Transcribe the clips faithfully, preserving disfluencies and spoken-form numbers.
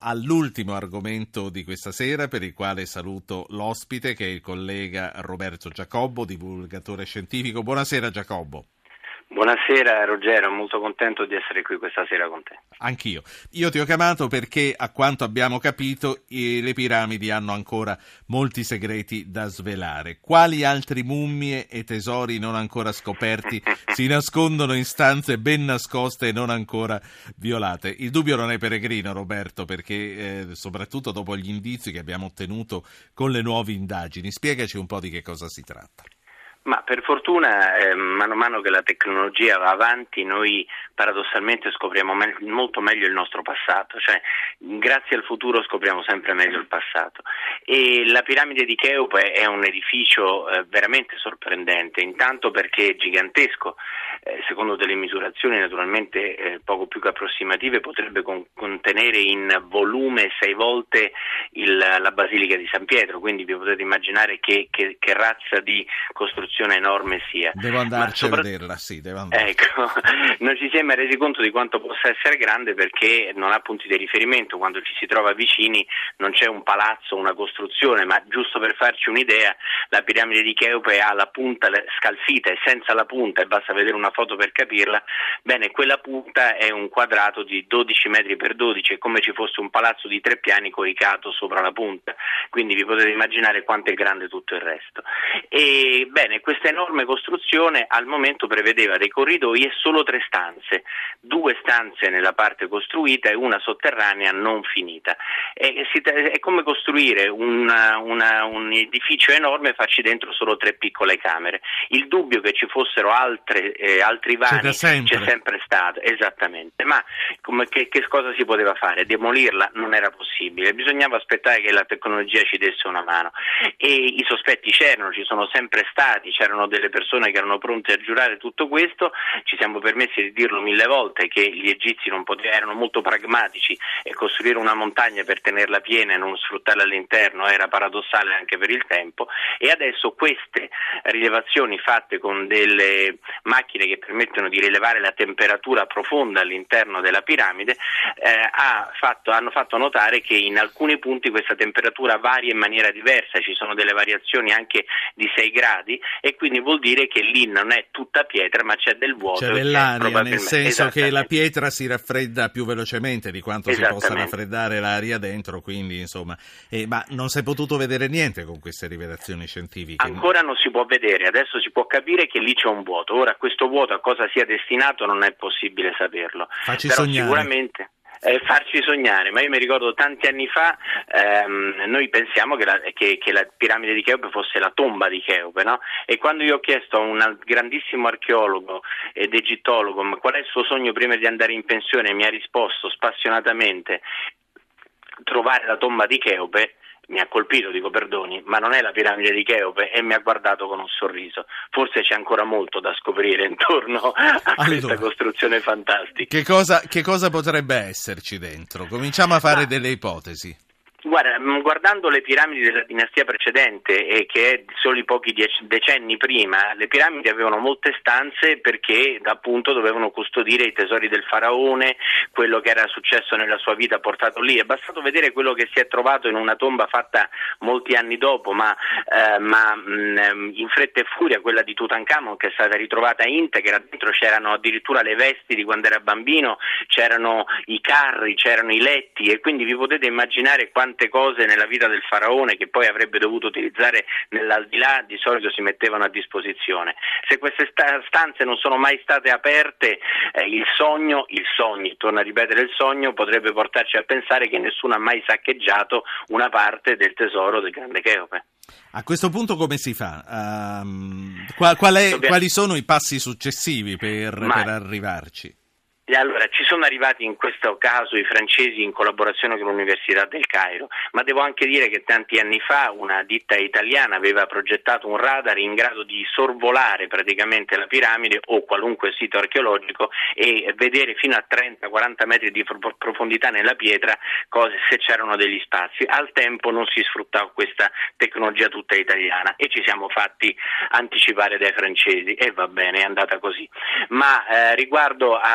all'ultimo argomento di questa sera, per il quale saluto l'ospite, che è il collega Roberto Giacobbo, divulgatore scientifico. Buonasera Giacobbo. Buonasera Ruggero, molto contento di essere qui questa sera con te. Anch'io. Io ti ho chiamato perché, a quanto abbiamo capito, le piramidi hanno ancora molti segreti da svelare. Quali altri mummie e tesori non ancora scoperti si nascondono in stanze ben nascoste e non ancora violate? Il dubbio non è peregrino, Roberto, perché eh, soprattutto dopo gli indizi che abbiamo ottenuto con le nuove indagini. Spiegaci un po' di che cosa si tratta. Ma per fortuna, eh, mano a mano che la tecnologia va avanti, noi paradossalmente scopriamo me- molto meglio il nostro passato, cioè grazie al futuro scopriamo sempre meglio il passato. E la piramide di Cheope è un edificio eh, veramente sorprendente, intanto perché è gigantesco, eh, secondo delle misurazioni naturalmente eh, poco più che approssimative, potrebbe con- contenere in volume sei volte il, la Basilica di San Pietro, quindi vi potete immaginare che, che, che razza di costruzione enorme sia. Devo andarci sopra... a vederla, sì, devo andare. Ecco, non ci siamo resi conto di quanto possa essere grande perché non ha punti di riferimento, quando ci si trova vicini non c'è un palazzo, una costruzione, ma giusto per farci un'idea, la piramide di Cheope ha la punta scalfita e senza la punta, e basta vedere una foto per capirla, bene, quella punta è un quadrato di dodici metri per dodici, è come ci fosse un palazzo di tre piani coricato sopra la punta, quindi vi potete immaginare quanto è grande tutto il resto. E bene, questa enorme costruzione al momento prevedeva dei corridoi e solo tre stanze, due stanze nella parte costruita e una sotterranea non finita. E si, è come costruire una, una, un edificio enorme e farci dentro solo tre piccole camere. Il dubbio che ci fossero altre, eh, altri vani sempre. c'è sempre stato, esattamente, ma come, che, che cosa si poteva fare? Demolirla non era possibile, bisognava aspettare che la tecnologia ci desse una mano e i sospetti c'erano, ci sono sempre stati, c'erano delle persone che erano pronte a giurare tutto questo, ci siamo permessi di dirlo mille volte che gli egizi non potevano, erano molto pragmatici e costruire una montagna per tenerla piena e non sfruttarla all'interno era paradossale anche per il tempo, e adesso queste rilevazioni fatte con delle macchine che permettono di rilevare la temperatura profonda all'interno della piramide eh, ha fatto, hanno fatto notare che in alcuni punti questa temperatura varia in maniera diversa, ci sono delle variazioni anche di sei gradi, e quindi vuol dire che lì non è tutta pietra ma c'è del vuoto, c'è dell'aria, nel senso che la Esattamente. pietra si raffredda più velocemente di quanto si possa raffreddare l'aria dentro, quindi insomma eh, ma non si è potuto vedere niente con queste rivelazioni scientifiche? Ancora non si può vedere, adesso si può capire che lì c'è un vuoto, ora questo vuoto a cosa sia destinato non è possibile saperlo. Facci Però sognare. Sicuramente Eh, farci sognare, ma io mi ricordo tanti anni fa ehm, noi pensiamo che la, che, che la piramide di Cheope fosse la tomba di Cheope, no? E quando io ho chiesto a un grandissimo archeologo ed egittologo ma qual è il suo sogno prima di andare in pensione, mi ha risposto spassionatamente trovare la tomba di Cheope. Mi ha colpito, dico perdoni, ma non è la piramide di Cheope, e mi ha guardato con un sorriso. Forse c'è ancora molto da scoprire intorno a allora, questa costruzione fantastica. Che cosa, che cosa potrebbe esserci dentro? Cominciamo a fare ma, delle ipotesi. Guarda, guardando le piramidi della dinastia precedente, e che è solo pochi decenni prima, le piramidi avevano molte stanze perché appunto dovevano custodire i tesori del faraone, quello che era successo nella sua vita portato lì. È bastato vedere quello che si è trovato in una tomba fatta molti anni dopo, ma, eh, ma mh, in fretta e furia, quella di Tutankhamon, che è stata ritrovata integra. Dentro c'erano addirittura le vesti di quando era bambino, c'erano i carri, c'erano i letti, e quindi vi potete immaginare quanto tante cose nella vita del faraone che poi avrebbe dovuto utilizzare nell'aldilà di solito si mettevano a disposizione. Se queste sta- stanze non sono mai state aperte, eh, il sogno, il sogno, torno a ripetere il sogno, potrebbe portarci a pensare che nessuno ha mai saccheggiato una parte del tesoro del grande Cheope. A questo punto come si fa? Um, qual, qual è, Dobbiamo... Quali sono i passi successivi per, Ma... per arrivarci? Allora, ci sono arrivati in questo caso i francesi in collaborazione con l'Università del Cairo, ma devo anche dire che tanti anni fa una ditta italiana aveva progettato un radar in grado di sorvolare praticamente la piramide o qualunque sito archeologico e vedere fino a trenta quaranta metri di profondità nella pietra cose, se c'erano degli spazi. Al tempo non si sfruttava questa tecnologia tutta italiana e ci siamo fatti anticipare dai francesi e va bene, è andata così. Ma eh, riguardo a cose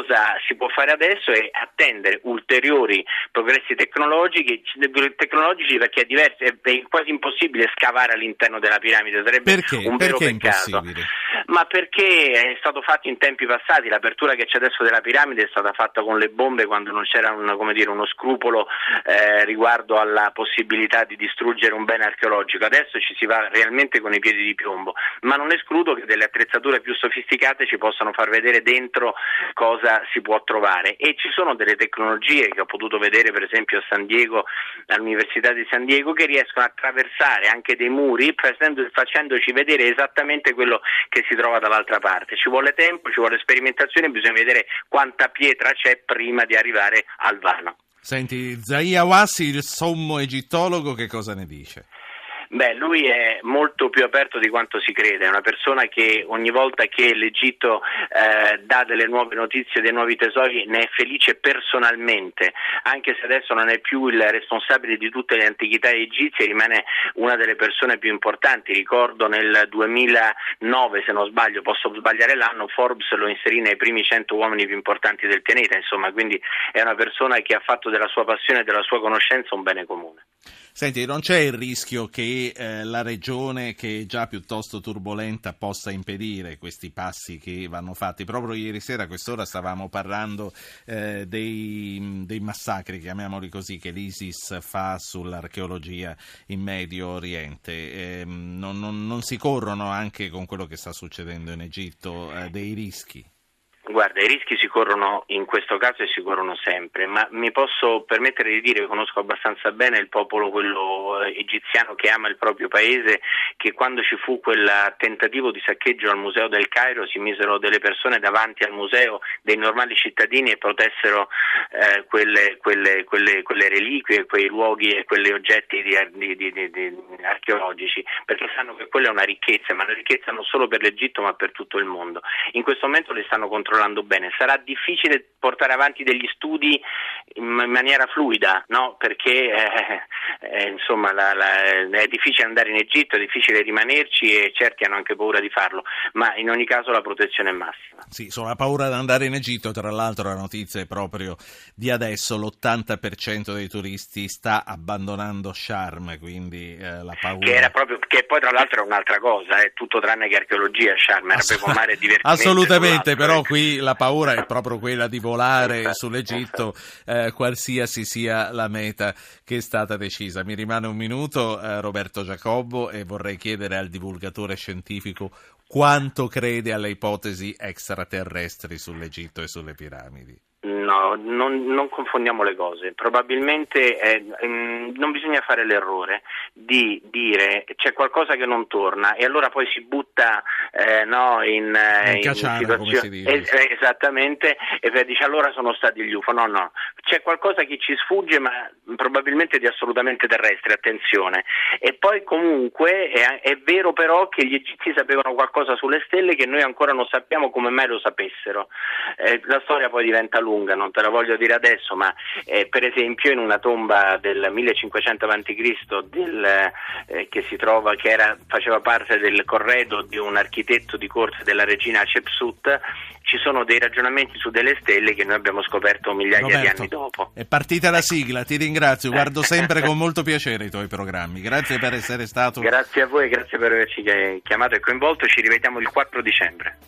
cosa si può fare adesso è attendere ulteriori progressi tecnologici, tecnologici perché è, diverso, è quasi impossibile scavare all'interno della piramide, sarebbe perché? un vero perché peccato. Ma perché è stato fatto in tempi passati, l'apertura che c'è adesso della piramide è stata fatta con le bombe quando non c'era un, come dire, uno scrupolo eh, riguardo alla possibilità di distruggere un bene archeologico. Adesso ci si va realmente con i piedi di piombo, ma non escludo che delle attrezzature più sofisticate ci possano far vedere dentro cosa si può trovare, e ci sono delle tecnologie che ho potuto vedere per esempio a San Diego, all'Università di San Diego, che riescono a attraversare anche dei muri facendoci vedere esattamente quello che si trova dall'altra parte. Ci vuole tempo, ci vuole sperimentazione, bisogna vedere quanta pietra c'è prima di arrivare al vano. Senti, Zahi Hawass, il sommo egittologo, che cosa ne dice? Beh, lui è molto più aperto di quanto si crede, è una persona che ogni volta che l'Egitto eh, dà delle nuove notizie, dei nuovi tesori, ne è felice personalmente, anche se adesso non è più il responsabile di tutte le antichità egizie, rimane una delle persone più importanti. Ricordo nel duemilanove, se non sbaglio, posso sbagliare l'anno, Forbes lo inserì nei primi cento uomini più importanti del pianeta, insomma, quindi è una persona che ha fatto della sua passione e della sua conoscenza un bene comune. Senti, non c'è il rischio che eh, la regione, che è già piuttosto turbolenta, possa impedire questi passi che vanno fatti? Proprio ieri sera a quest'ora stavamo parlando eh, dei, dei massacri, chiamiamoli così, che l'ISIS fa sull'archeologia in Medio Oriente. Eh, non, non, non si corrono anche con quello che sta succedendo in Egitto eh, dei rischi? Guarda, i rischi si corrono in questo caso e si corrono sempre, ma mi posso permettere di dire, conosco abbastanza bene il popolo, quello egiziano che ama il proprio paese, che quando ci fu quel tentativo di saccheggio al Museo del Cairo si misero delle persone davanti al museo, dei normali cittadini, e protessero eh, quelle, quelle, quelle, quelle reliquie, quei luoghi e quegli oggetti di, di, di, di, di archeologici, perché sanno che quella è una ricchezza, ma una ricchezza non solo per l'Egitto ma per tutto il mondo. In questo momento le stanno controllando bene. Sarà difficile portare avanti degli studi in maniera fluida, no? Perché eh, eh, insomma la, la, è difficile andare in Egitto, è difficile rimanerci e certi hanno anche paura di farlo, ma in ogni caso la protezione è massima. Sì, sono la paura di andare in Egitto. Tra l'altro la notizia è proprio di adesso, l'ottanta per cento dei turisti sta abbandonando Sharm, quindi eh, la paura... Che era proprio, che poi tra l'altro è un'altra cosa, è tutto tranne che archeologia. Sharm era Ass- proprio mare e divertimento. Assolutamente, però qui la paura è proprio quella di volare sull'Egitto, eh, qualsiasi sia la meta che è stata decisa. Mi rimane un minuto, eh, Roberto Giacobbo, e vorrei chiedere al divulgatore scientifico quanto crede alle ipotesi extraterrestri sull'Egitto e sulle piramidi. No, non, non confondiamo le cose. Probabilmente eh, ehm, non bisogna fare l'errore di dire c'è qualcosa che non torna e allora poi si butta eh, no, in, eh, in cacciara, come si dice. Es- esattamente, e dice allora sono stati gli U F O. No, no, c'è qualcosa che ci sfugge, ma probabilmente di assolutamente terrestre, attenzione. E poi comunque è, è vero però che gli egizi sapevano qualcosa sulle stelle che noi ancora non sappiamo come mai lo sapessero. Eh, la storia poi diventa lunga, non te la voglio dire adesso, ma eh, per esempio in una tomba del millecinquecento avanti Cristo del, eh, che si trova, che era, faceva parte del corredo di un architetto di corte della regina Hatshepsut, ci sono dei ragionamenti su delle stelle che noi abbiamo scoperto migliaia Roberto, di anni dopo. È partita la sigla, ti ringrazio, guardo sempre con molto piacere i tuoi programmi, grazie per essere stato. Grazie a voi, grazie per averci chiamato e coinvolto, ci rivediamo il quattro dicembre.